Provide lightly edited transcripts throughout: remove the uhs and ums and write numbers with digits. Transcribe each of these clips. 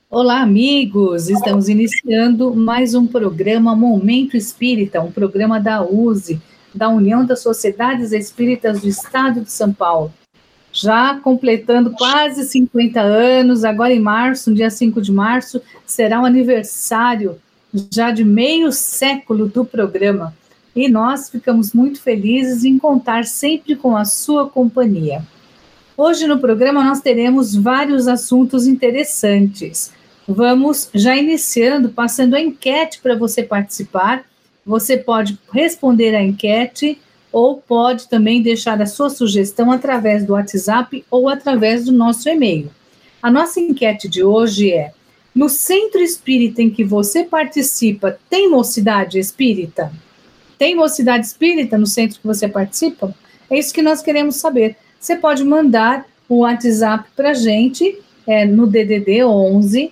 Olá, amigos! Estamos iniciando mais um programa Momento Espírita, um programa da USE, da União das Sociedades Espíritas do Estado de São Paulo. Já completando quase 50 anos, agora em março, no dia 5 de março, será o aniversário já de meio século do programa. E nós ficamos muito felizes em contar sempre com a sua companhia. Hoje no programa nós teremos vários assuntos interessantes. Vamos já iniciando, passando a enquete para você participar. Você pode responder à enquete ou pode também deixar a sua sugestão através do WhatsApp ou através do nosso e-mail. A nossa enquete de hoje é: no centro espírita em que você participa, tem mocidade espírita? Tem mocidade espírita no centro que você participa? É isso que nós queremos saber. Você pode mandar o WhatsApp para a gente no DDD 11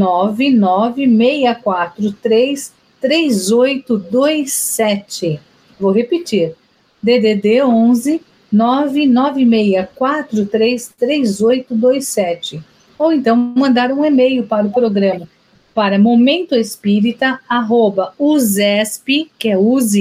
99643 3827. Vou repetir. DDD 11 99643 3827. Ou então mandar um e-mail para o programa para momentoespírita@usesp, que é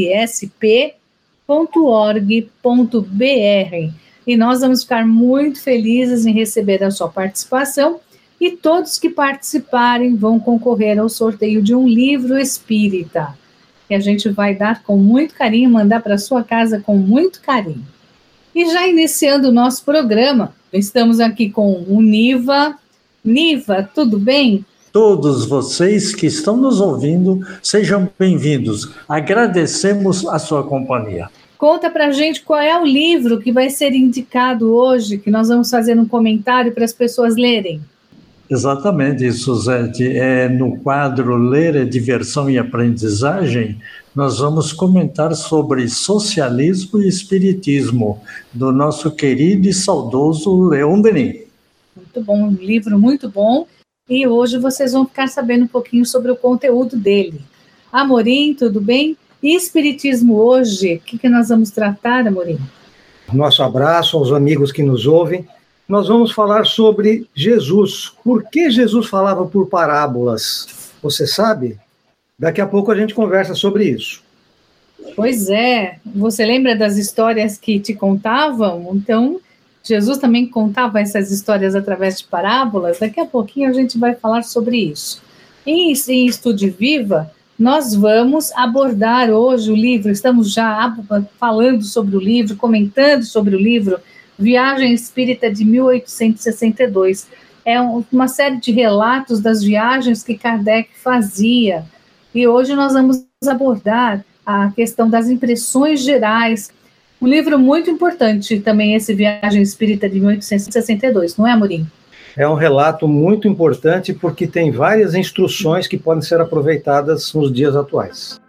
usesp.org.br. E nós vamos ficar muito felizes em receber a sua participação, e todos que participarem vão concorrer ao sorteio de um livro espírita, que a gente vai dar com muito carinho, mandar para sua casa com muito carinho. E já iniciando o nosso programa, estamos aqui com o Niva. Niva, tudo bem? Todos vocês que estão nos ouvindo, sejam bem-vindos. Agradecemos a sua companhia. Conta pra gente qual é o livro que vai ser indicado hoje, que nós vamos fazer um comentário para as pessoas lerem. Exatamente, Suzete. No quadro Ler é Diversão e Aprendizagem, nós vamos comentar sobre socialismo e espiritismo, do nosso querido e saudoso Leon Denis. Muito bom, um livro muito bom. E hoje vocês vão ficar sabendo um pouquinho sobre o conteúdo dele. Amorim, tudo bem? E Espiritismo hoje, o que nós vamos tratar, Amorim? Nosso abraço aos amigos que nos ouvem. Nós vamos falar sobre Jesus. Por que Jesus falava por parábolas? Você sabe? Daqui a pouco a gente conversa sobre isso. Pois é. Você lembra das histórias que te contavam? Então, Jesus também contava essas histórias através de parábolas. Daqui a pouquinho a gente vai falar sobre isso. Em Estude Viva, nós vamos abordar hoje o livro, estamos já falando sobre o livro, comentando sobre o livro Viagem Espírita de 1862. É uma série de relatos das viagens que Kardec fazia. E hoje nós vamos abordar a questão das impressões gerais. Um livro muito importante também, esse Viagem Espírita de 1862, não é, Amorim? É um relato muito importante porque tem várias instruções que podem ser aproveitadas nos dias atuais.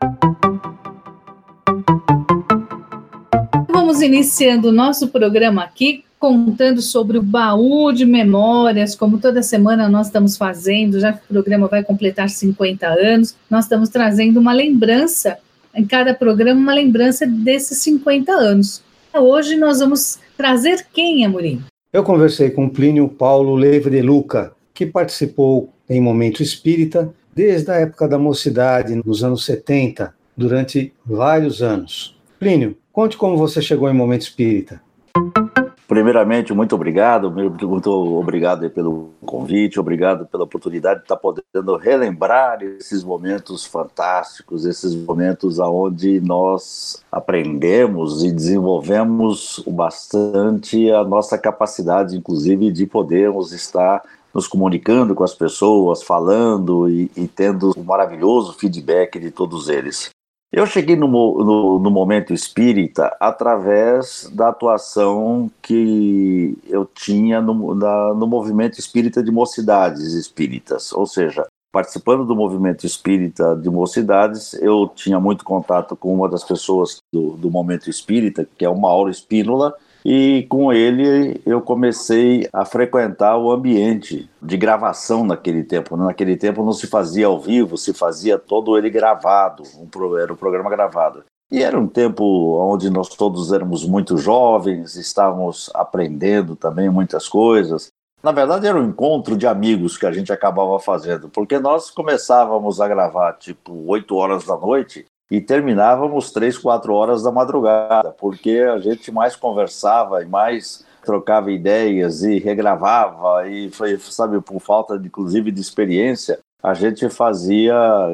Vamos iniciando o nosso programa aqui, contando sobre o baú de memórias, como toda semana nós estamos fazendo, já que o programa vai completar 50 anos, nós estamos trazendo uma lembrança, em cada programa, uma lembrança desses 50 anos. Hoje nós vamos trazer quem, Amorim? Eu conversei com Plínio Paulo Leiva de Luca, que participou em Momento Espírita desde a época da mocidade, nos anos 70, durante vários anos. Plínio, conte como você chegou em Momento Espírita. Primeiramente, muito obrigado pelo convite, obrigado pela oportunidade de estar podendo relembrar esses momentos fantásticos, esses momentos onde nós aprendemos e desenvolvemos bastante a nossa capacidade, inclusive, de podermos estar nos comunicando com as pessoas, falando e tendo um maravilhoso feedback de todos eles. Eu cheguei no Momento Espírita através da atuação que eu tinha no movimento espírita de mocidades espíritas, ou seja, participando do movimento espírita de mocidades, eu tinha muito contato com uma das pessoas do Momento Espírita, que é o Mauro Espínola, e com ele eu comecei a frequentar o ambiente de gravação naquele tempo. Naquele tempo não se fazia ao vivo, se fazia todo ele gravado, era um programa gravado. E era um tempo onde nós todos éramos muito jovens, estávamos aprendendo também muitas coisas. Na verdade, era um encontro de amigos que a gente acabava fazendo, porque nós começávamos a gravar tipo 8 horas da noite e terminávamos 3, 4 horas da madrugada, porque a gente mais conversava e mais trocava ideias e regravava, e foi, sabe, por falta, inclusive, de experiência, a gente fazia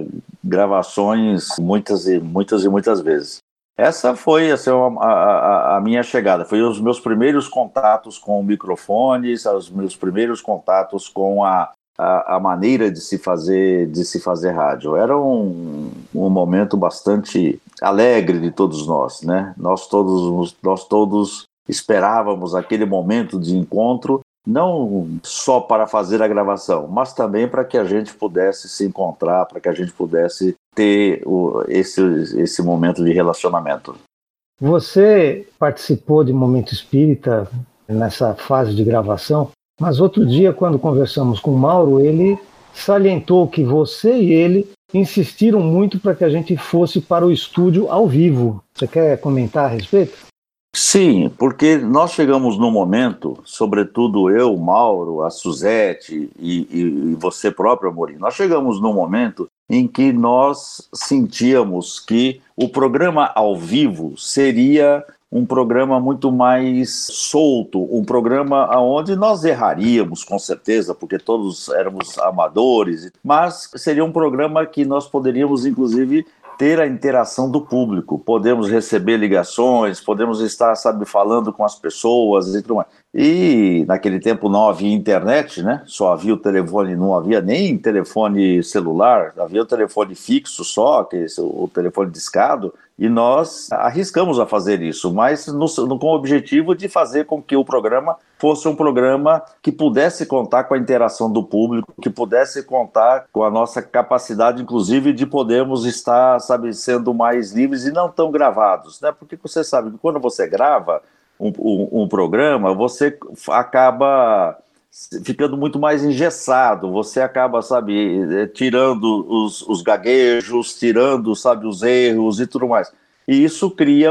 gravações muitas e muitas e muitas vezes. Essa foi assim, a minha chegada, foi os meus primeiros contatos com microfones, os meus primeiros contatos com a maneira de se fazer rádio. Era um momento bastante alegre de todos nós, né? Nós todos esperávamos aquele momento de encontro, não só para fazer a gravação, mas também para que a gente pudesse se encontrar, para que a gente pudesse ter esse momento de relacionamento. Você participou de Momento Espírita nessa fase de gravação, mas outro dia, quando conversamos com o Mauro, ele salientou que você e ele insistiram muito para que a gente fosse para o estúdio ao vivo. Você quer comentar a respeito? Sim, porque nós chegamos num momento, sobretudo eu, Mauro, a Suzete e você próprio, Amorim, nós chegamos num momento em que nós sentíamos que o programa ao vivo seria um programa muito mais solto, um programa onde nós erraríamos, com certeza, porque todos éramos amadores, mas seria um programa que nós poderíamos, inclusive, ter a interação do público, podemos receber ligações, podemos estar, sabe, falando com as pessoas e tudo mais. E naquele tempo não havia internet, né? Só havia o telefone, não havia nem telefone celular, havia o telefone fixo só, o telefone discado, e nós arriscamos a fazer isso, mas com o objetivo de fazer com que o programa fosse um programa que pudesse contar com a interação do público, que pudesse contar com a nossa capacidade, inclusive, de podermos estar, sabe, sendo mais livres e não tão gravados, né? Porque você sabe que quando você grava um programa, você acaba ficando muito mais engessado, você acaba, sabe, tirando os gaguejos, tirando, sabe, os erros e tudo mais. E isso cria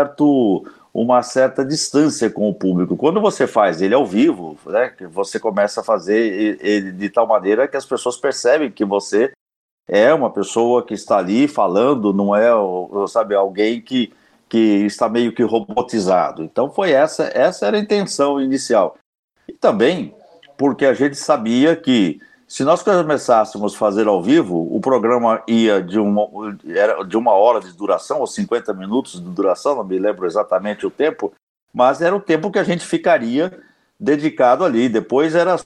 uma certa distância com o público. Quando você faz ele ao vivo, né, você começa a fazer ele de tal maneira que as pessoas percebem que você é uma pessoa que está ali falando, não é, sabe, alguém que está meio que robotizado. Então essa era a intenção inicial. E também porque a gente sabia que se nós começássemos a fazer ao vivo, o programa ia era de 1 hora de duração, ou 50 minutos de duração, não me lembro exatamente o tempo, mas era o tempo que a gente ficaria dedicado ali. Depois era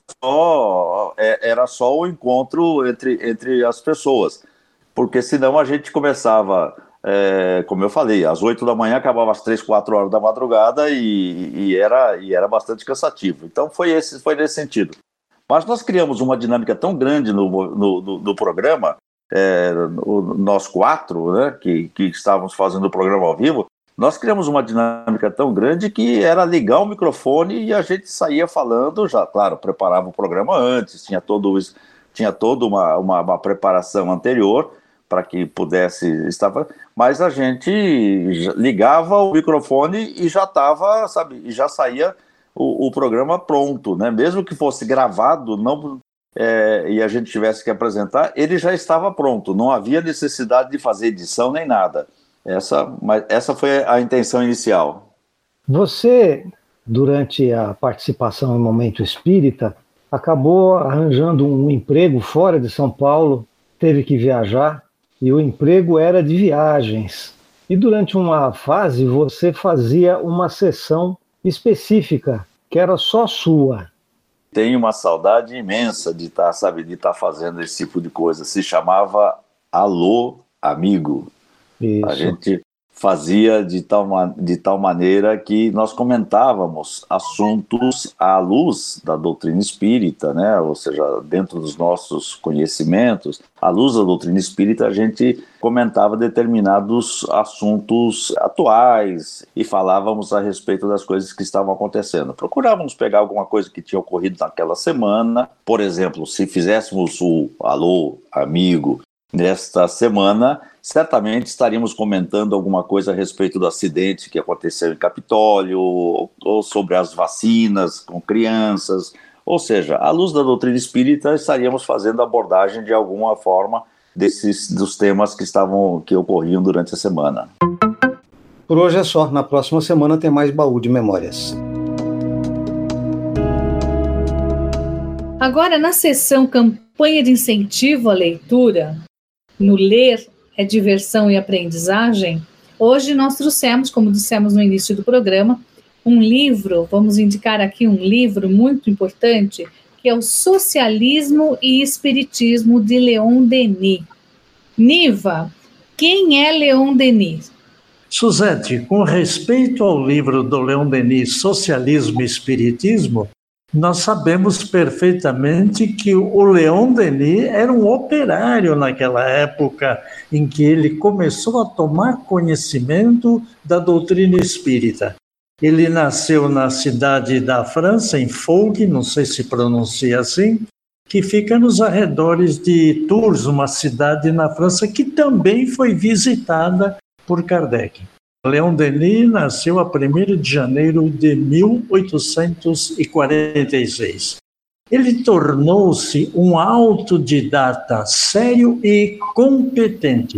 só o encontro entre as pessoas, porque senão a gente começava, como eu falei, às 8 da manhã, acabava às 3, 4 horas da madrugada e era bastante cansativo. Então foi nesse sentido. Mas nós criamos uma dinâmica tão grande no programa, nós 4, né, que estávamos fazendo o programa ao vivo, nós criamos uma dinâmica tão grande que era ligar o microfone e a gente saía falando, já, claro, preparava o programa antes, tinha toda uma preparação anterior para que pudesse estar, mas a gente ligava o microfone e já estava, sabe, e já saía o programa pronto, né? Mesmo que fosse gravado, e a gente tivesse que apresentar, ele já estava pronto, não havia necessidade de fazer edição nem nada. Essa foi a intenção inicial. Você, durante a participação em Momento Espírita, acabou arranjando um emprego fora de São Paulo, teve que viajar, e o emprego era de viagens. E durante uma fase você fazia uma sessão específica, que era só sua. Tenho uma saudade imensa de estar fazendo esse tipo de coisa. Se chamava Alô Amigo. Isso. A gente fazia de tal maneira que nós comentávamos assuntos à luz da doutrina espírita, né? Ou seja, dentro dos nossos conhecimentos, à luz da doutrina espírita, a gente comentava determinados assuntos atuais e falávamos a respeito das coisas que estavam acontecendo. Procurávamos pegar alguma coisa que tinha ocorrido naquela semana. Por exemplo, se fizéssemos o Alô Amigo nesta semana, certamente estaríamos comentando alguma coisa a respeito do acidente que aconteceu em Capitólio, ou sobre as vacinas com crianças, Ou seja, à luz da doutrina espírita, estaríamos fazendo abordagem de alguma forma dos temas que ocorriam durante a semana. Por hoje é só. Na próxima semana tem mais Baú de Memórias. Agora, na sessão Campanha de Incentivo à Leitura, no Ler é Diversão e Aprendizagem, hoje nós trouxemos, como dissemos no início do programa, um livro, vamos indicar aqui um livro muito importante, que é o Socialismo e Espiritismo, de Leon Denis. Niva, quem é Leon Denis? Suzete, com respeito ao livro do Leon Denis, Socialismo e Espiritismo, nós sabemos perfeitamente que o Leon Denis era um operário naquela época em que ele começou a tomar conhecimento da doutrina espírita. Ele nasceu na cidade da França, em Foug, não sei se pronuncia assim, que fica nos arredores de Tours, uma cidade na França que também foi visitada por Kardec. Leon Denis nasceu a 1º de janeiro de 1846. Ele tornou-se um autodidata sério e competente,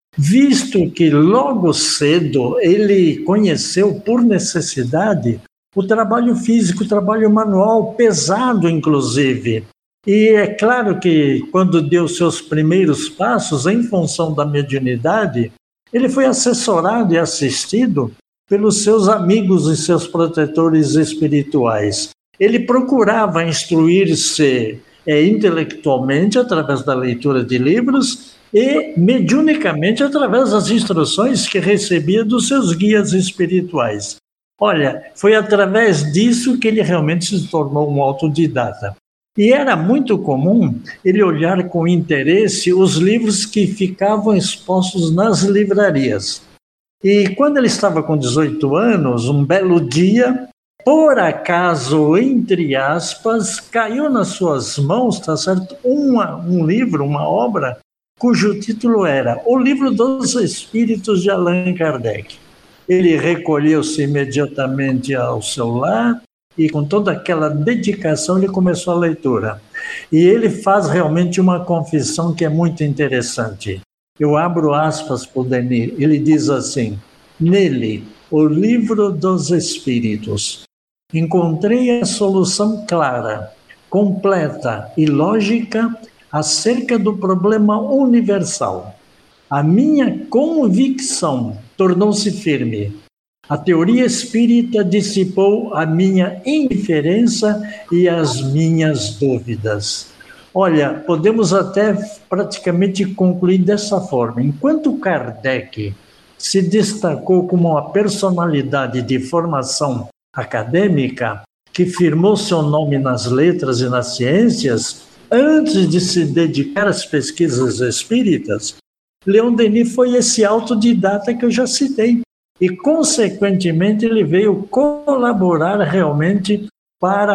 visto que logo cedo ele conheceu por necessidade o trabalho físico, o trabalho manual, pesado inclusive. E é claro que quando deu seus primeiros passos em função da mediunidade, ele foi assessorado e assistido pelos seus amigos e seus protetores espirituais. Ele procurava instruir-se intelectualmente através da leitura de livros e mediunicamente através das instruções que recebia dos seus guias espirituais. Olha, foi através disso que ele realmente se tornou um autodidata. E era muito comum ele olhar com interesse os livros que ficavam expostos nas livrarias. E quando ele estava com 18 anos, um belo dia, por acaso, entre aspas, caiu nas suas mãos, tá certo, um livro, uma obra, cujo título era O Livro dos Espíritos de Allan Kardec. Ele recolheu-se imediatamente ao seu lar, e com toda aquela dedicação ele começou a leitura. E ele faz realmente uma confissão que é muito interessante. Eu abro aspas para o Denis. Ele diz assim: nele, o livro dos Espíritos, encontrei a solução clara, completa e lógica acerca do problema universal. A minha convicção tornou-se firme. A teoria espírita dissipou a minha indiferença e as minhas dúvidas. Olha, podemos até praticamente concluir dessa forma. Enquanto Kardec se destacou como uma personalidade de formação acadêmica, que firmou seu nome nas letras e nas ciências, antes de se dedicar às pesquisas espíritas, Leon Denis foi esse autodidata que eu já citei. E, consequentemente, ele veio colaborar realmente para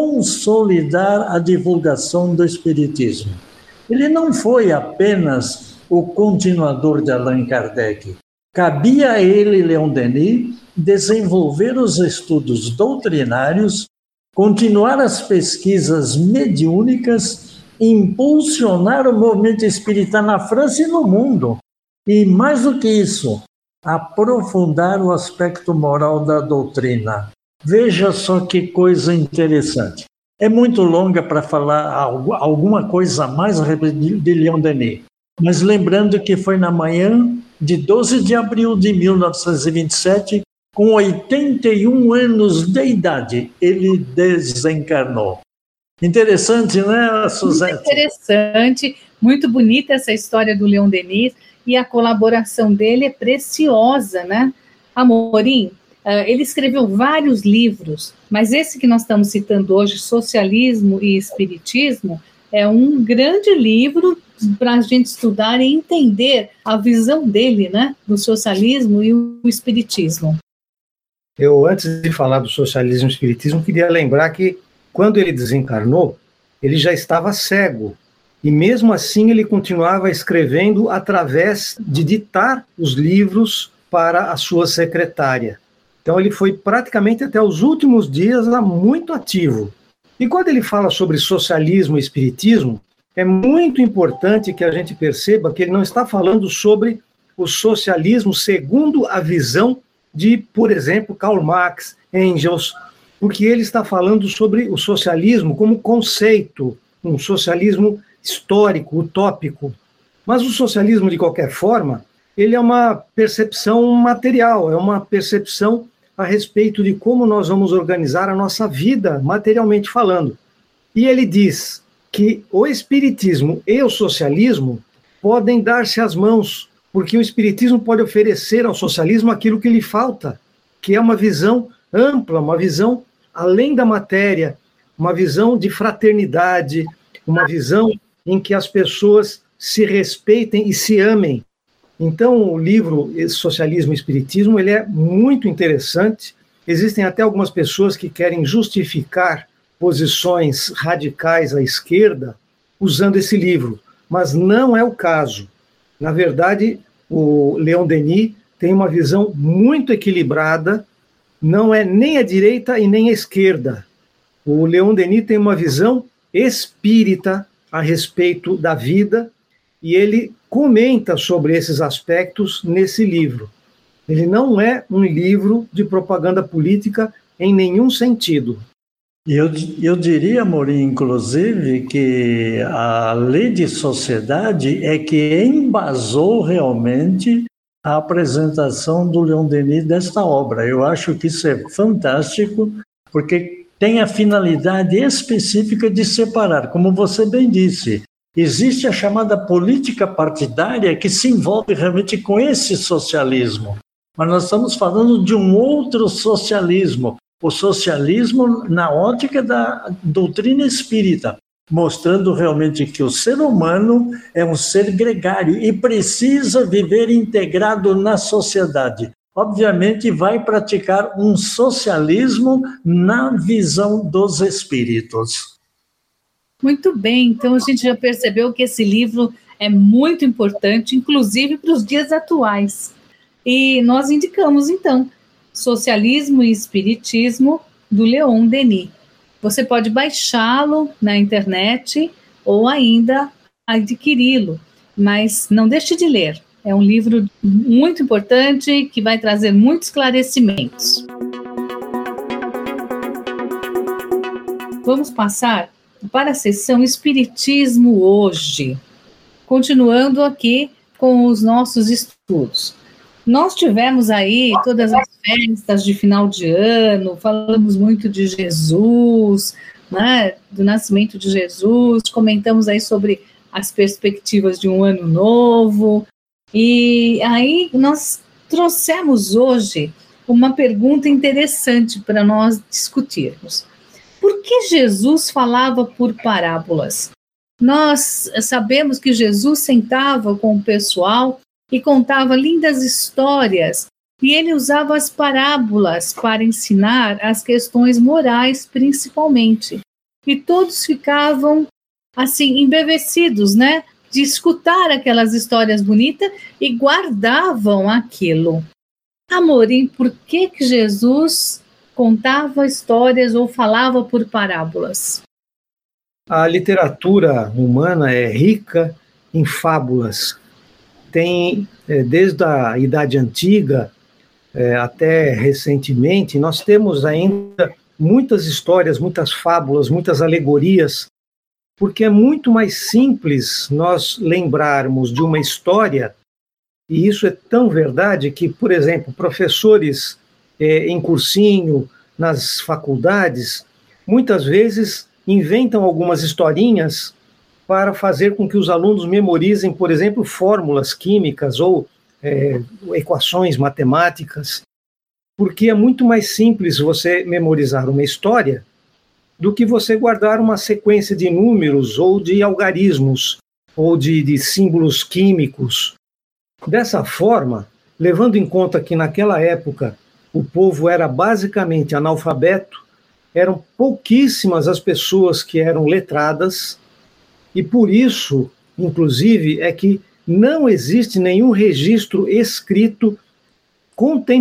consolidar a divulgação do Espiritismo. Ele não foi apenas o continuador de Allan Kardec. Cabia a ele, Leon Denis, desenvolver os estudos doutrinários, continuar as pesquisas mediúnicas, impulsionar o movimento espírita na França e no mundo. E, mais do que isso, aprofundar o aspecto moral da doutrina. Veja só que coisa interessante. É muito longa para falar alguma coisa a mais de Leon Denis, mas lembrando que foi na manhã de 12 de abril de 1927, com 81 anos de idade, ele desencarnou. Interessante, né, Suzete? Muito interessante, muito bonita essa história do Leon Denis, e a colaboração dele é preciosa, né? Amorim, ele escreveu vários livros, mas esse que nós estamos citando hoje, Socialismo e Espiritismo, é um grande livro para a gente estudar e entender a visão dele, né, do socialismo e o espiritismo. Eu, antes de falar do socialismo e espiritismo, queria lembrar que, quando ele desencarnou, ele já estava cego. E mesmo assim ele continuava escrevendo através de ditar os livros para a sua secretária. Então ele foi praticamente até os últimos dias lá muito ativo. E quando ele fala sobre socialismo e espiritismo, é muito importante que a gente perceba que ele não está falando sobre o socialismo segundo a visão de, por exemplo, Karl Marx, Engels, porque ele está falando sobre o socialismo como conceito, um socialismo histórico, utópico. Mas o socialismo, de qualquer forma, ele é uma percepção material, é uma percepção a respeito de como nós vamos organizar a nossa vida, materialmente falando. E ele diz que o espiritismo e o socialismo podem dar-se as mãos, porque o espiritismo pode oferecer ao socialismo aquilo que lhe falta, que é uma visão ampla, uma visão além da matéria, uma visão de fraternidade, uma visão em que as pessoas se respeitem e se amem. Então, o livro Socialismo e Espiritismo, ele é muito interessante. Existem até algumas pessoas que querem justificar posições radicais à esquerda usando esse livro, mas não é o caso. Na verdade, o Leon Denis tem uma visão muito equilibrada, não é nem a direita e nem a esquerda. O Leon Denis tem uma visão espírita a respeito da vida e ele comenta sobre esses aspectos nesse livro. Ele não é um livro de propaganda política em nenhum sentido. Eu diria, Amorim, inclusive, que a lei de sociedade é que embasou realmente a apresentação do Leon Denis desta obra. Eu acho que isso é fantástico, porque tem a finalidade específica de separar, como você bem disse. Existe a chamada política partidária que se envolve realmente com esse socialismo. Mas nós estamos falando de um outro socialismo, o socialismo na ótica da doutrina espírita, mostrando realmente que o ser humano é um ser gregário e precisa viver integrado na sociedade. Obviamente vai praticar um socialismo na visão dos espíritos. Muito bem, então a gente já percebeu que esse livro é muito importante, inclusive para os dias atuais. E nós indicamos, então, Socialismo e Espiritismo, do Leon Denis. Você pode baixá-lo na internet ou ainda adquiri-lo, mas não deixe de ler. É um livro muito importante que vai trazer muitos esclarecimentos. Vamos passar para a sessão Espiritismo hoje, continuando aqui com os nossos estudos. Nós tivemos aí todas as festas de final de ano, falamos muito de Jesus, né, do nascimento de Jesus, comentamos aí sobre as perspectivas de um ano novo, e aí nós trouxemos hoje uma pergunta interessante para nós discutirmos. Por que Jesus falava por parábolas? Nós sabemos que Jesus sentava com o pessoal e contava lindas histórias, e ele usava as parábolas para ensinar as questões morais, principalmente. E todos ficavam, assim, embevecidos, né, de escutar aquelas histórias bonitas e guardavam aquilo. Amorim, por que Jesus contava histórias ou falava por parábolas? A literatura humana é rica em fábulas. Tem, desde a Idade Antiga até recentemente, nós temos ainda muitas histórias, muitas fábulas, muitas alegorias, porque é muito mais simples nós lembrarmos de uma história, e isso é tão verdade que, por exemplo, professores em cursinho, nas faculdades, muitas vezes inventam algumas historinhas para fazer com que os alunos memorizem, por exemplo, fórmulas químicas ou equações matemáticas, porque é muito mais simples você memorizar uma história do que você guardar uma sequência de números ou de algarismos ou de símbolos químicos. Dessa forma, levando em conta que naquela época o povo era basicamente analfabeto, eram pouquíssimas as pessoas que eram letradas, e por isso, inclusive, é que não existe nenhum registro escrito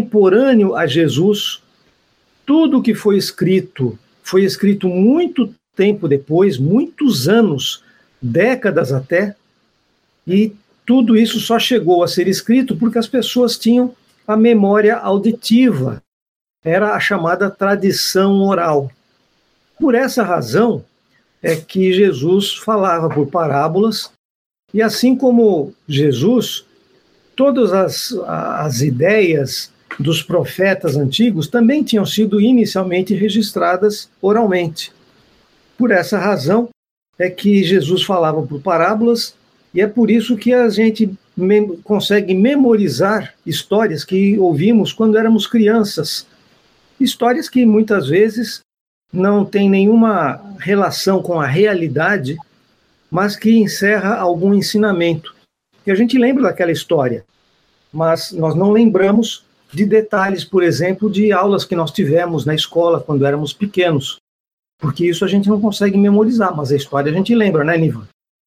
contemporâneo a Jesus. Tudo que foi escrito muito tempo depois, muitos anos, décadas até, e tudo isso só chegou a ser escrito porque as pessoas tinham a memória auditiva, era a chamada tradição oral. Por essa razão é que Jesus falava por parábolas, e assim como Jesus, todas as ideias dos profetas antigos também tinham sido inicialmente registradas oralmente. Por essa razão é que Jesus falava por parábolas, e é por isso que a gente consegue memorizar histórias que ouvimos quando éramos crianças. Histórias que muitas vezes não têm nenhuma relação com a realidade, mas que encerra algum ensinamento. E a gente lembra daquela história, mas nós não lembramos de detalhes, por exemplo, de aulas que nós tivemos na escola quando éramos pequenos, porque isso a gente não consegue memorizar, mas a história a gente lembra, né, Nivan?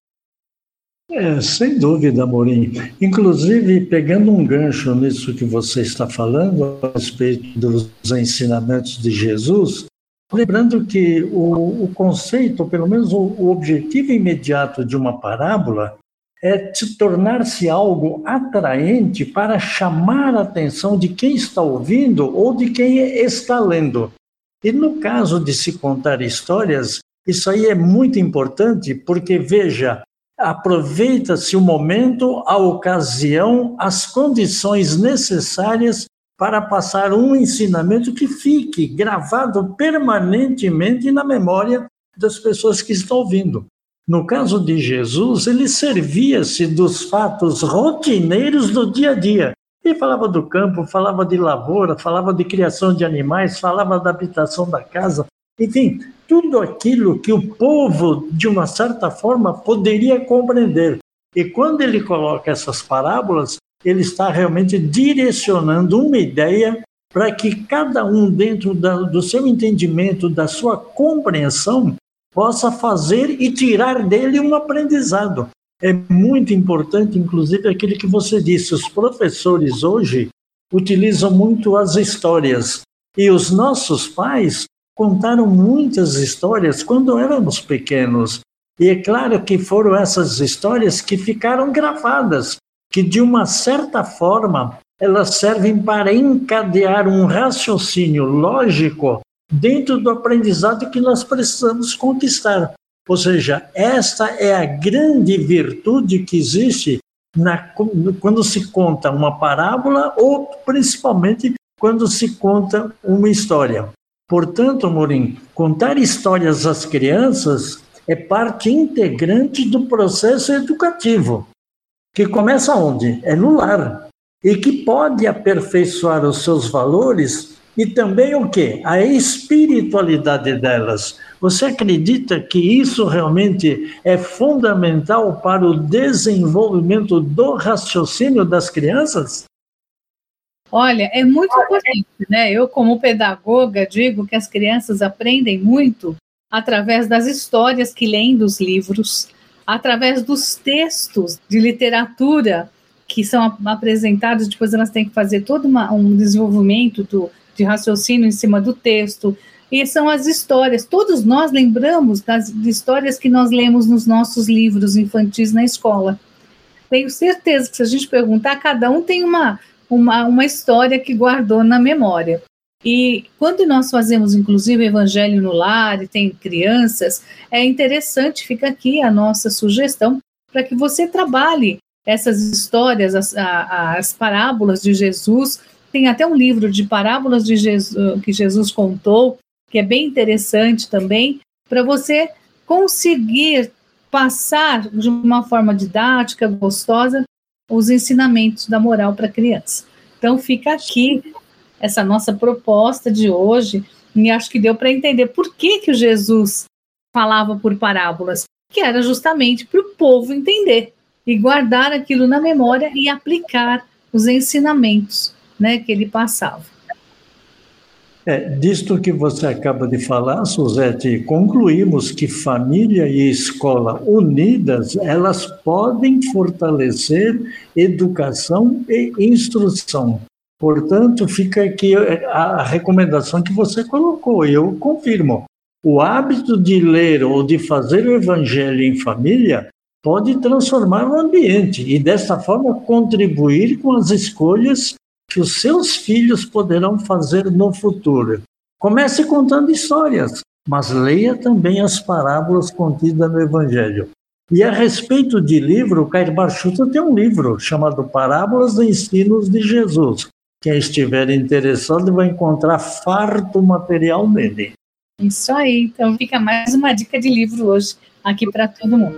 Sem dúvida, Amorim. Inclusive, pegando um gancho nisso que você está falando, a respeito dos ensinamentos de Jesus, lembrando que o conceito, pelo menos o objetivo imediato de uma parábola, é se tornar-se algo atraente para chamar a atenção de quem está ouvindo ou de quem está lendo. E no caso de se contar histórias, isso aí é muito importante, porque, veja, aproveita-se o momento, a ocasião, as condições necessárias para passar um ensinamento que fique gravado permanentemente na memória das pessoas que estão ouvindo. No caso de Jesus, ele servia-se dos fatos rotineiros do dia a dia. Ele falava do campo, falava de lavoura, falava de criação de animais, falava da habitação da casa, enfim, tudo aquilo que o povo, de uma certa forma, poderia compreender. E quando ele coloca essas parábolas, ele está realmente direcionando uma ideia para que cada um, dentro do seu entendimento, da sua compreensão, possa fazer e tirar dele um aprendizado. É muito importante, inclusive, aquilo que você disse. Os professores hoje utilizam muito as histórias. E os nossos pais contaram muitas histórias quando éramos pequenos. E é claro que foram essas histórias que ficaram gravadas, que de uma certa forma elas servem para encadear um raciocínio lógico dentro do aprendizado que nós precisamos conquistar. Ou seja, esta é a grande virtude que existe quando se conta uma parábola ou principalmente quando se conta uma história. Portanto, Amorim, contar histórias às crianças é parte integrante do processo educativo, que começa onde? É no lar, e que pode aperfeiçoar os seus valores e também o quê? A espiritualidade delas. Você acredita que isso realmente é fundamental para o desenvolvimento do raciocínio das crianças? Olha, é muito importante, né? Eu, como pedagoga, digo que as crianças aprendem muito através das histórias que leem dos livros, através dos textos de literatura que são apresentados, depois elas têm que fazer todo um desenvolvimento de raciocínio em cima do texto, e são as histórias. Todos nós lembramos das histórias que nós lemos nos nossos livros infantis na escola. Tenho certeza que se a gente perguntar, cada um tem uma história que guardou na memória. E quando nós fazemos, inclusive, Evangelho no Lar, e tem crianças, é interessante, fica aqui a nossa sugestão, para que você trabalhe essas histórias, as parábolas de Jesus. Tem até um livro de parábolas de Jesus, que Jesus contou, que é bem interessante também, para você conseguir passar de uma forma didática, gostosa, os ensinamentos da moral para a criança. Então fica aqui essa nossa proposta de hoje, e acho que deu para entender por que o Jesus falava por parábolas, que era justamente para o povo entender e guardar aquilo na memória e aplicar os ensinamentos, né, que ele passava. Disto que você acaba de falar, Suzete, concluímos que família e escola unidas, elas podem fortalecer educação e instrução. Portanto, fica aqui a recomendação que você colocou, eu confirmo. O hábito de ler ou de fazer o evangelho em família pode transformar o ambiente e, dessa forma, contribuir com as escolhas que os seus filhos poderão fazer no futuro. Comece contando histórias, mas leia também as parábolas contidas no evangelho. E a respeito de livro, o Cair Bar Schuster tem um livro chamado Parábolas e Ensinos de Jesus. Quem estiver interessado vai encontrar farto material nele. Isso aí, então fica mais uma dica de livro hoje aqui para todo mundo.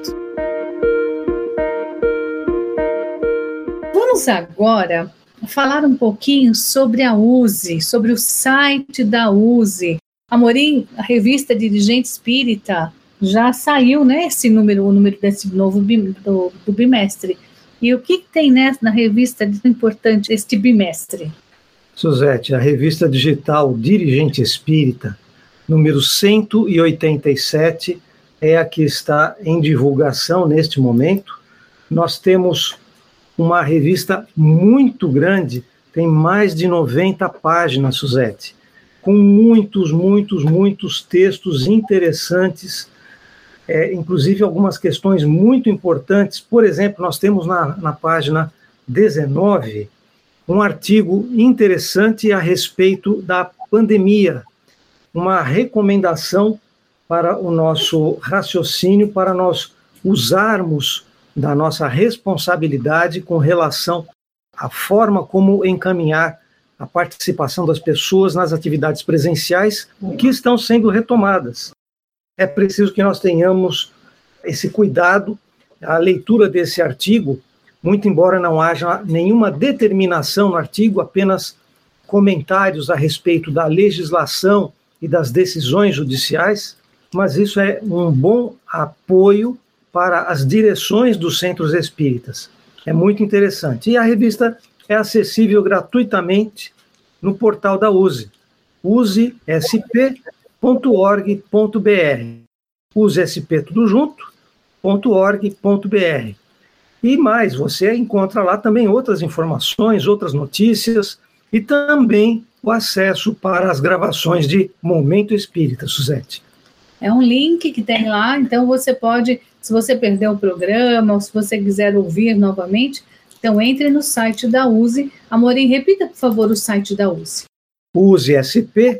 Vamos agora falar um pouquinho sobre a USE, sobre o site da USE. Amorim, a revista Dirigente Espírita, já saiu, né, o número desse novo do bimestre. E o que tem na revista de importante este bimestre? Suzete, a revista digital Dirigente Espírita, número 187, é a que está em divulgação neste momento. Nós temos uma revista muito grande, tem mais de 90 páginas, Suzete, com muitos textos interessantes, inclusive algumas questões muito importantes. Por exemplo, nós temos na página 19 um artigo interessante a respeito da pandemia, uma recomendação para o nosso raciocínio, para nós usarmos da nossa responsabilidade com relação à forma como encaminhar a participação das pessoas nas atividades presenciais que estão sendo retomadas. É preciso que nós tenhamos esse cuidado. A leitura desse artigo, muito embora não haja nenhuma determinação no artigo, apenas comentários a respeito da legislação e das decisões judiciais, mas isso é um bom apoio para as direções dos centros espíritas. É muito interessante. E a revista é acessível gratuitamente no portal da USE, usesp.org.br. usesp tudo junto.org.br. E mais, você encontra lá também outras informações, outras notícias e também o acesso para as gravações de Momento Espírita, Suzete. É um link que tem lá, então você pode, se você perdeu o programa ou se você quiser ouvir novamente, então entre no site da USE. Amorim, repita, por favor, o site da USE. usesp.org.br.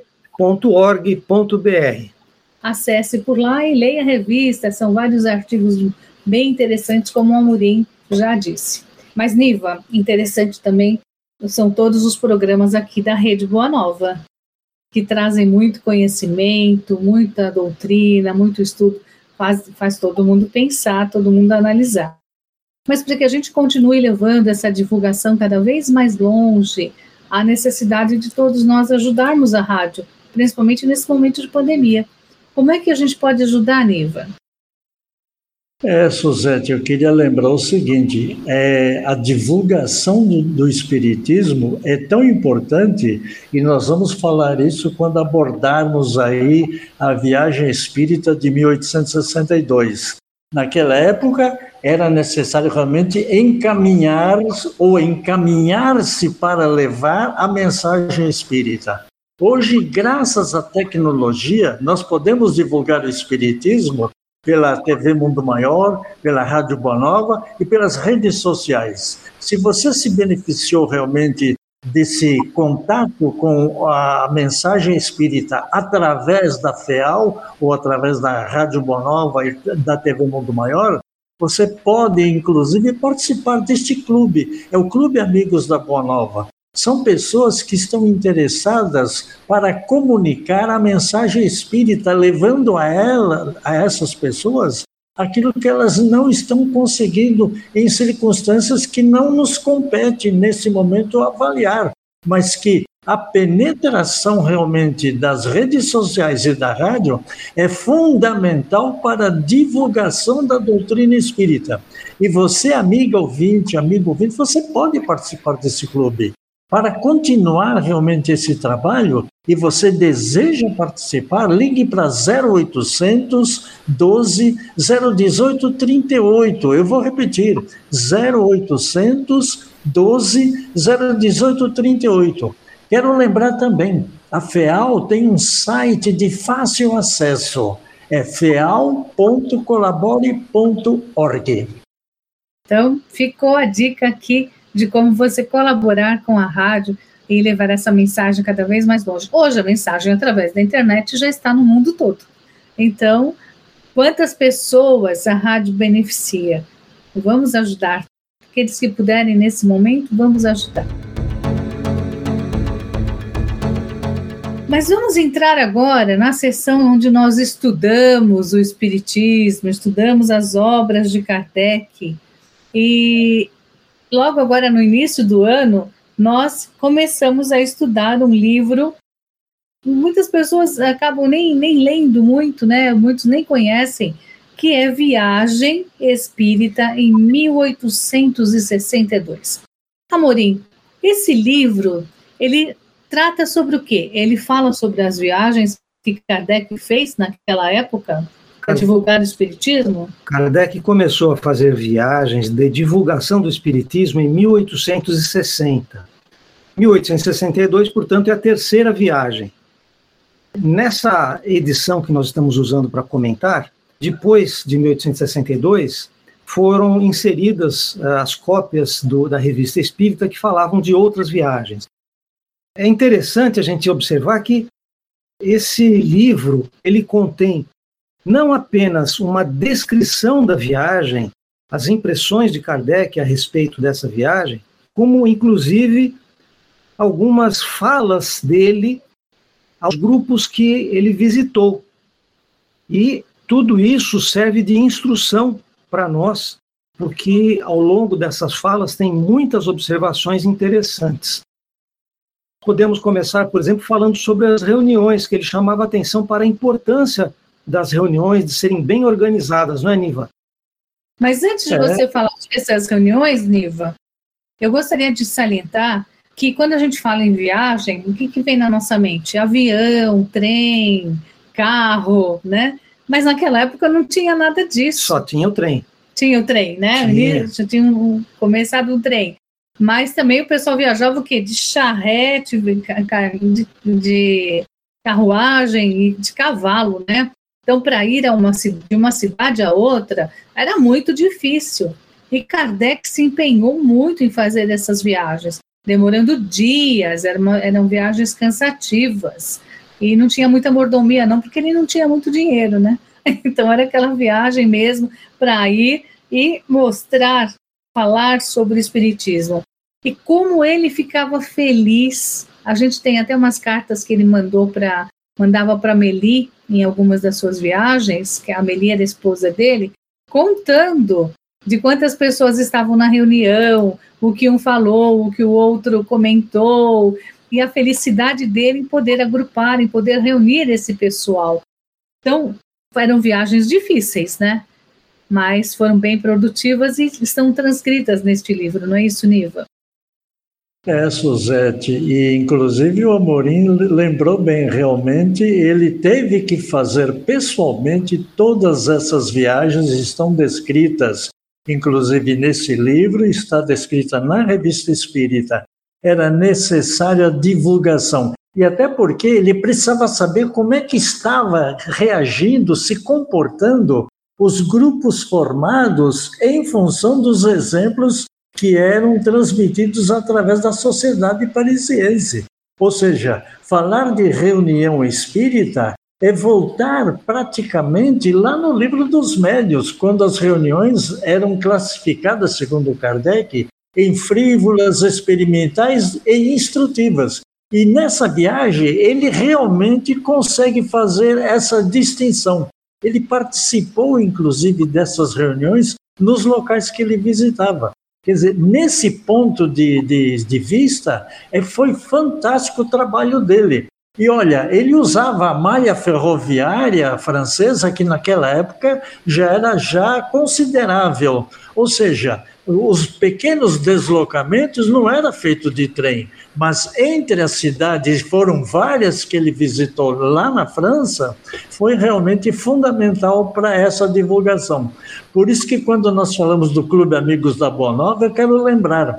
Acesse por lá e leia a revista, são vários artigos bem interessantes, como o Amorim já disse. Mas, Niva, interessante também são todos os programas aqui da Rede Boa Nova, que trazem muito conhecimento, muita doutrina, muito estudo, faz todo mundo pensar, todo mundo analisar. Mas para que a gente continue levando essa divulgação cada vez mais longe, há necessidade de todos nós ajudarmos a rádio, principalmente nesse momento de pandemia. Como é que a gente pode ajudar, Niva? Suzete, eu queria lembrar o seguinte, a divulgação do Espiritismo é tão importante, e nós vamos falar isso quando abordarmos aí a viagem espírita de 1862. Naquela época, era necessário realmente encaminhar-se para levar a mensagem espírita. Hoje, graças à tecnologia, nós podemos divulgar o Espiritismo pela TV Mundo Maior, pela Rádio Boa Nova e pelas redes sociais. Se você se beneficiou realmente desse contato com a mensagem espírita através da FEAL ou através da Rádio Boa Nova e da TV Mundo Maior, você pode, inclusive, participar deste clube. É o Clube Amigos da Boa Nova. São pessoas que estão interessadas para comunicar a mensagem espírita, levando a essas pessoas aquilo que elas não estão conseguindo em circunstâncias que não nos compete nesse momento avaliar, mas que a penetração realmente das redes sociais e da rádio é fundamental para a divulgação da doutrina espírita. E você, amigo ouvinte, você pode participar desse clube. Para continuar realmente esse trabalho, e você deseja participar, ligue para 0800 12 018 38. Eu vou repetir, 0800 12 018 38. Quero lembrar também, a FEAL tem um site de fácil acesso, é feal.colabore.org. Então, ficou a dica aqui de como você colaborar com a rádio e levar essa mensagem cada vez mais longe. Hoje, a mensagem através da internet já está no mundo todo. Então, quantas pessoas a rádio beneficia? Vamos ajudar. Aqueles que puderem nesse momento, vamos ajudar. Mas vamos entrar agora na sessão onde nós estudamos o Espiritismo, estudamos as obras de Kardec. E logo agora, no início do ano, nós começamos a estudar um livro. Muitas pessoas acabam nem lendo muito, né? Muitos nem conhecem, que é Viagem Espírita em 1862. Amorim, esse livro, ele trata sobre o quê? Ele fala sobre as viagens que Kardec fez naquela época para divulgar o Espiritismo? Kardec começou a fazer viagens de divulgação do Espiritismo em 1860. 1862, portanto, é a terceira viagem. Nessa edição que nós estamos usando para comentar, depois de 1862, foram inseridas as cópias da Revista Espírita que falavam de outras viagens. É interessante a gente observar que esse livro, ele contém não apenas uma descrição da viagem, as impressões de Kardec a respeito dessa viagem, como inclusive algumas falas dele aos grupos que ele visitou. E tudo isso serve de instrução para nós, porque ao longo dessas falas tem muitas observações interessantes. Podemos começar, por exemplo, falando sobre as reuniões, que ele chamava atenção para a importância das reuniões, de serem bem organizadas, não é, Niva? Mas antes de você falar dessas reuniões, Niva, eu gostaria de salientar que quando a gente fala em viagem, o que vem na nossa mente? Avião, trem, carro, né? Mas naquela época não tinha nada disso. Só tinha o trem. Tinha o trem, né? Já tinha começado o trem. Mas também o pessoal viajava o quê? De charrete, de carruagem e de cavalo, né? Então, para ir de uma cidade a outra, era muito difícil. E Kardec se empenhou muito em fazer essas viagens, demorando dias, eram viagens cansativas. E não tinha muita mordomia, não, porque ele não tinha muito dinheiro, né? Então, era aquela viagem mesmo para ir e mostrar, falar sobre o Espiritismo. E como ele ficava feliz. A gente tem até umas cartas que ele mandava para Amélie, em algumas das suas viagens, que a Amélie era a esposa dele, contando de quantas pessoas estavam na reunião, o que um falou, o que o outro comentou, e a felicidade dele em poder agrupar, em poder reunir esse pessoal. Então, eram viagens difíceis, né? Mas foram bem produtivas e estão transcritas neste livro, não é isso, Niva? Suzete, e inclusive o Amorim lembrou bem, realmente ele teve que fazer pessoalmente todas essas viagens, estão descritas, inclusive nesse livro, está descrita na Revista Espírita. Era necessária a divulgação, e até porque ele precisava saber como é que estava reagindo, se comportando os grupos formados em função dos exemplos que eram transmitidos através da sociedade parisiense. Ou seja, falar de reunião espírita é voltar praticamente lá no Livro dos Médiuns, quando as reuniões eram classificadas, segundo Kardec, em frívolas, experimentais e instrutivas. E nessa viagem, ele realmente consegue fazer essa distinção. Ele participou, inclusive, dessas reuniões nos locais que ele visitava. Quer dizer, nesse ponto de vista, foi fantástico o trabalho dele. E olha, ele usava a malha ferroviária francesa, que naquela época já era considerável. Ou seja, os pequenos deslocamentos não eram feitos de trem, mas entre as cidades, foram várias que ele visitou lá na França, foi realmente fundamental para essa divulgação. Por isso que quando nós falamos do Clube Amigos da Boa Nova, eu quero lembrar,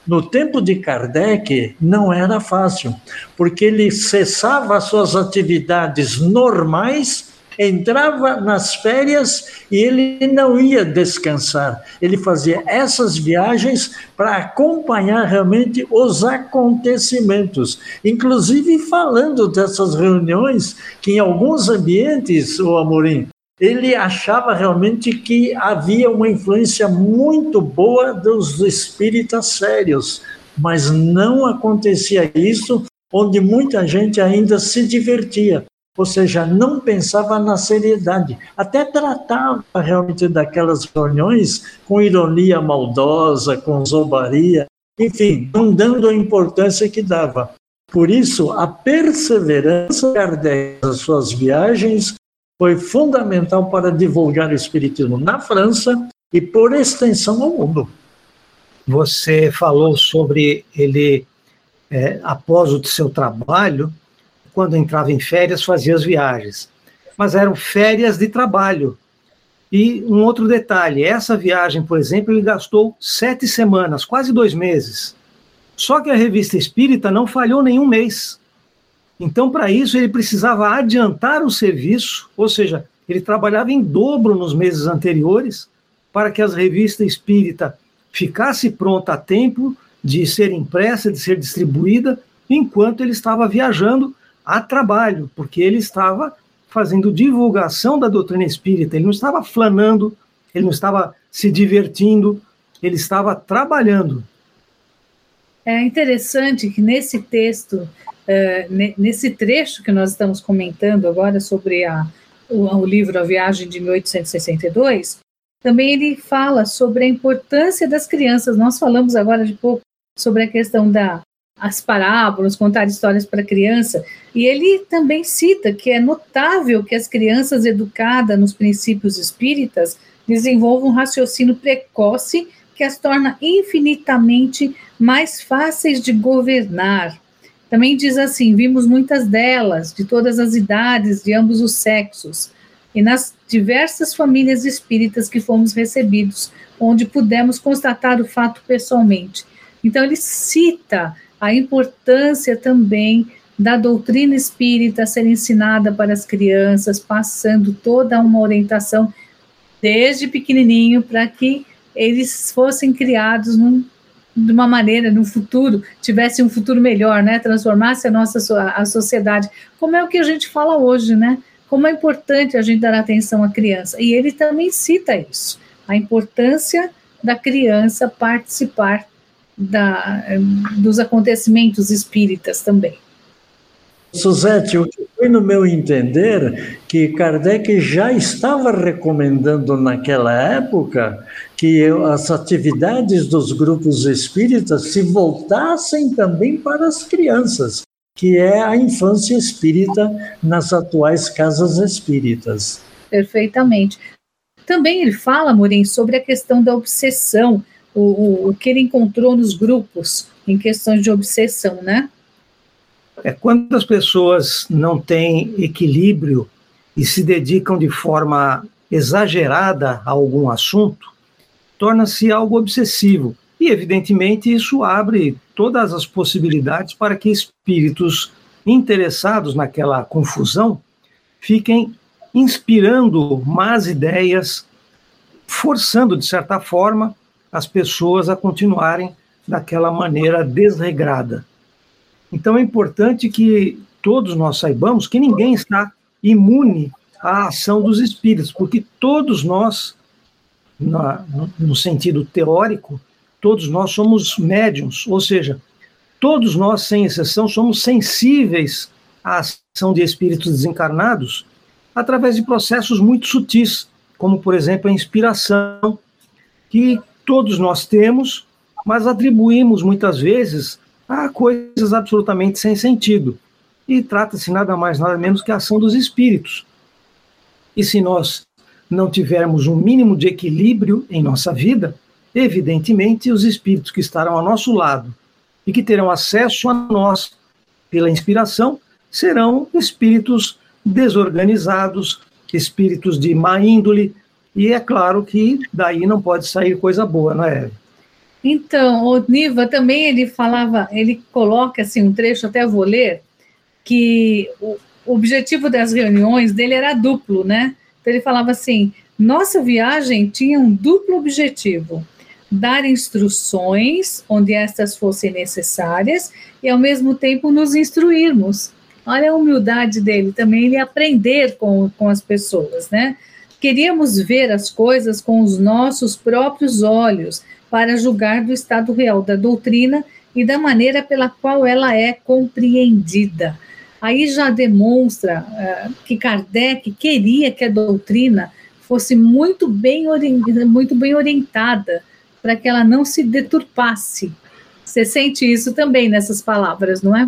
No tempo de Kardec, não era fácil, porque ele cessava as suas atividades normais, entrava nas férias e ele não ia descansar. Ele fazia essas viagens para acompanhar realmente os acontecimentos, inclusive falando dessas reuniões que em alguns ambientes, o Amorim, ele achava realmente que havia uma influência muito boa dos espíritas sérios, mas não acontecia isso, onde muita gente ainda se divertia, ou seja, não pensava na seriedade, até tratava realmente daquelas reuniões com ironia maldosa, com zombaria, enfim, não dando a importância que dava. Por isso, a perseverança de Kardec nas suas viagens foi fundamental para divulgar o espiritismo na França e, por extensão, ao mundo. Você falou sobre ele, após o seu trabalho, quando entrava em férias, fazia as viagens. Mas eram férias de trabalho. E um outro detalhe, essa viagem, por exemplo, ele gastou 7 semanas, quase 2 meses. Só que a Revista Espírita não falhou nenhum mês. Então, para isso, ele precisava adiantar o serviço, ou seja, ele trabalhava em dobro nos meses anteriores para que a Revista Espírita ficasse pronta a tempo de ser impressa, de ser distribuída, enquanto ele estava viajando a trabalho, porque ele estava fazendo divulgação da doutrina espírita, ele não estava flanando, ele não estava se divertindo, ele estava trabalhando. É interessante que nesse texto, nesse trecho que nós estamos comentando agora sobre o livro A Viagem de 1862, também ele fala sobre a importância das crianças. Nós falamos agora de pouco sobre a questão das parábolas, contar histórias para criança, e ele também cita que é notável que as crianças educadas nos princípios espíritas desenvolvam um raciocínio precoce que as torna infinitamente mais fáceis de governar. Também diz assim, vimos muitas delas, de todas as idades, de ambos os sexos, e nas diversas famílias espíritas que fomos recebidos, onde pudemos constatar o fato pessoalmente. Então ele cita a importância também da doutrina espírita ser ensinada para as crianças, passando toda uma orientação desde pequenininho para que eles fossem criados de uma maneira, no futuro, tivesse um futuro melhor, né? Transformasse a sociedade, como é o que a gente fala hoje, né? Como é importante a gente dar atenção à criança. E ele também cita isso, a importância da criança participar dos acontecimentos espíritas também. Suzete, o que foi no meu entender que Kardec já estava recomendando naquela época que as atividades dos grupos espíritas se voltassem também para as crianças, que é a infância espírita nas atuais casas espíritas. Perfeitamente. Também ele fala, Amorim, sobre a questão da obsessão, o que ele encontrou nos grupos em questões de obsessão, né? Quando as pessoas não têm equilíbrio e se dedicam de forma exagerada a algum assunto, torna-se algo obsessivo. E, evidentemente, isso abre todas as possibilidades para que espíritos interessados naquela confusão fiquem inspirando más ideias, forçando, de certa forma, as pessoas a continuarem daquela maneira desregrada. Então é importante que todos nós saibamos que ninguém está imune à ação dos espíritos, porque todos nós, no sentido teórico, todos nós somos médiuns, ou seja, todos nós, sem exceção, somos sensíveis à ação de espíritos desencarnados através de processos muito sutis, como, por exemplo, a inspiração, que todos nós temos, mas atribuímos muitas vezes a coisas absolutamente sem sentido. E trata-se nada mais, nada menos que a ação dos espíritos. E se nós não tivermos um mínimo de equilíbrio em nossa vida, evidentemente os espíritos que estarão ao nosso lado e que terão acesso a nós pela inspiração serão espíritos desorganizados, espíritos de má índole, e é claro que daí não pode sair coisa boa, não é? Então, o Niva também ele coloca assim um trecho, até eu vou ler, que o objetivo das reuniões dele era duplo, né? Então ele falava assim: nossa viagem tinha um duplo objetivo: dar instruções onde estas fossem necessárias e, ao mesmo tempo, nos instruirmos. Olha a humildade dele também, ele aprender com as pessoas, né? Queríamos ver as coisas com os nossos próprios olhos para julgar do estado real da doutrina e da maneira pela qual ela é compreendida. Aí já demonstra que Kardec queria que a doutrina fosse muito bem orientada para que ela não se deturpasse. Você sente isso também nessas palavras, não é?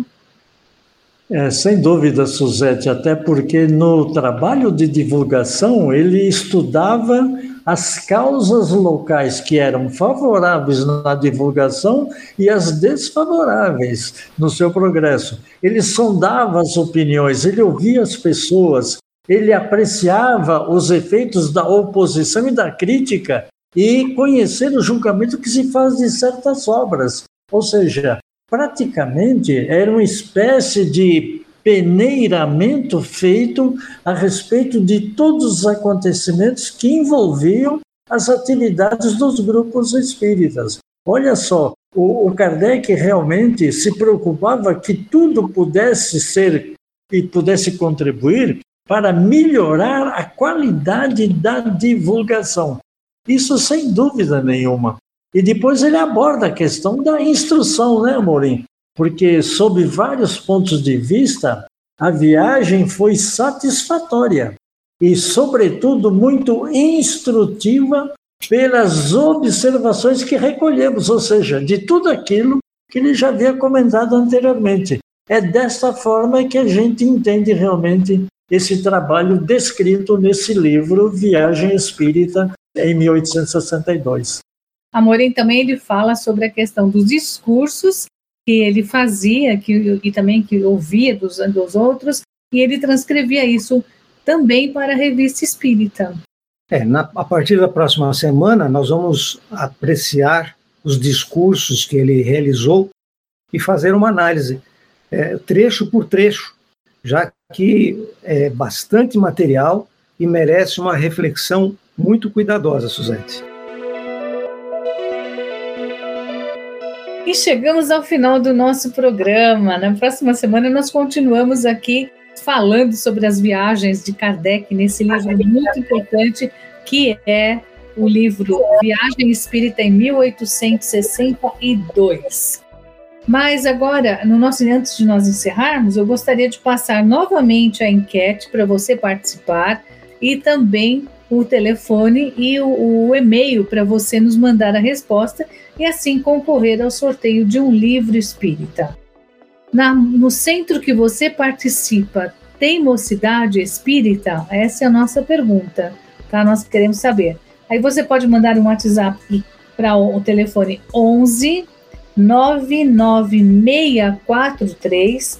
Sem dúvida, Suzete, até porque no trabalho de divulgação ele estudava as causas locais que eram favoráveis na divulgação e as desfavoráveis no seu progresso. Ele sondava as opiniões, ele ouvia as pessoas, ele apreciava os efeitos da oposição e da crítica e conhecer o julgamento que se faz de certas obras. Ou seja, praticamente era uma espécie de peneiramento feito a respeito de todos os acontecimentos que envolviam as atividades dos grupos espíritas. Olha só, o Kardec realmente se preocupava que tudo pudesse ser e pudesse contribuir para melhorar a qualidade da divulgação. Isso sem dúvida nenhuma. E depois ele aborda a questão da instrução, né, Amorim? Porque, sob vários pontos de vista, a viagem foi satisfatória e, sobretudo, muito instrutiva pelas observações que recolhemos, ou seja, de tudo aquilo que ele já havia comentado anteriormente. É desta forma que a gente entende realmente esse trabalho descrito nesse livro, Viagem Espírita, em 1862. Amorim também ele fala sobre a questão dos discursos que ele fazia e também que ouvia dos outros, e ele transcrevia isso também para a Revista Espírita. A partir da próxima semana, nós vamos apreciar os discursos que ele realizou e fazer uma análise, trecho por trecho, já que é bastante material e merece uma reflexão muito cuidadosa, Suzete. E chegamos ao final do nosso programa. Na próxima semana nós continuamos aqui falando sobre as viagens de Kardec nesse livro muito importante que é o livro Viagem Espírita em 1862. Mas agora, antes de nós encerrarmos, eu gostaria de passar novamente a enquete para você participar e também o telefone e o e-mail para você nos mandar a resposta e assim concorrer ao sorteio de um livro espírita. No centro que você participa, tem mocidade espírita? Essa é a nossa pergunta, tá? Nós queremos saber. Aí você pode mandar um WhatsApp para o telefone 11 99643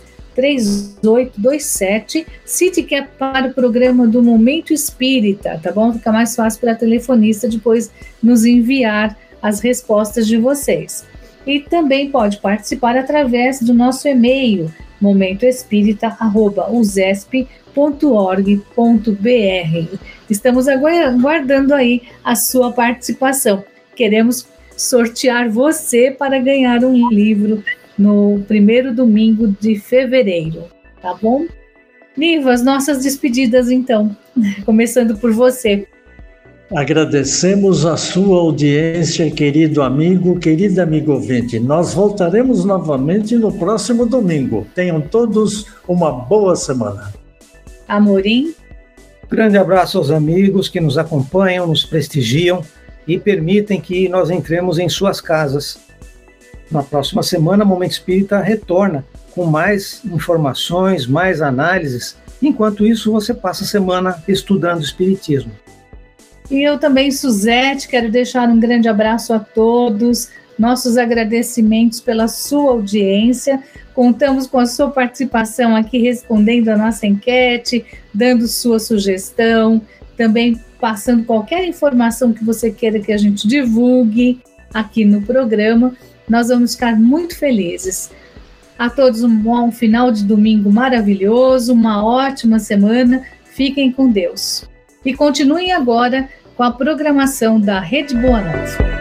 3827, se te quer para o programa do Momento Espírita, tá bom? Fica mais fácil para a telefonista depois nos enviar as respostas de vocês. E também pode participar através do nosso e-mail, momentoespírita@usesp.org.br. Estamos aguardando aí a sua participação. Queremos sortear você para ganhar um livro no primeiro domingo de fevereiro, tá bom? Niva, as nossas despedidas então, começando por você. Agradecemos a sua audiência, querido amigo, querida amigo ouvinte. Nós voltaremos novamente no próximo domingo. Tenham todos uma boa semana. Amorim. Grande abraço aos amigos que nos acompanham, nos prestigiam e permitem que nós entremos em suas casas. Na próxima semana, o Momento Espírita retorna com mais informações, mais análises. Enquanto isso, você passa a semana estudando Espiritismo. E eu também, Suzete, quero deixar um grande abraço a todos, nossos agradecimentos pela sua audiência. Contamos com a sua participação aqui, respondendo a nossa enquete, dando sua sugestão, também passando qualquer informação que você queira que a gente divulgue. aqui no programa. Nós vamos ficar muito felizes. A todos um final de domingo maravilhoso, uma ótima semana. Fiquem com Deus. E continuem agora com a programação da Rede Boa Nova.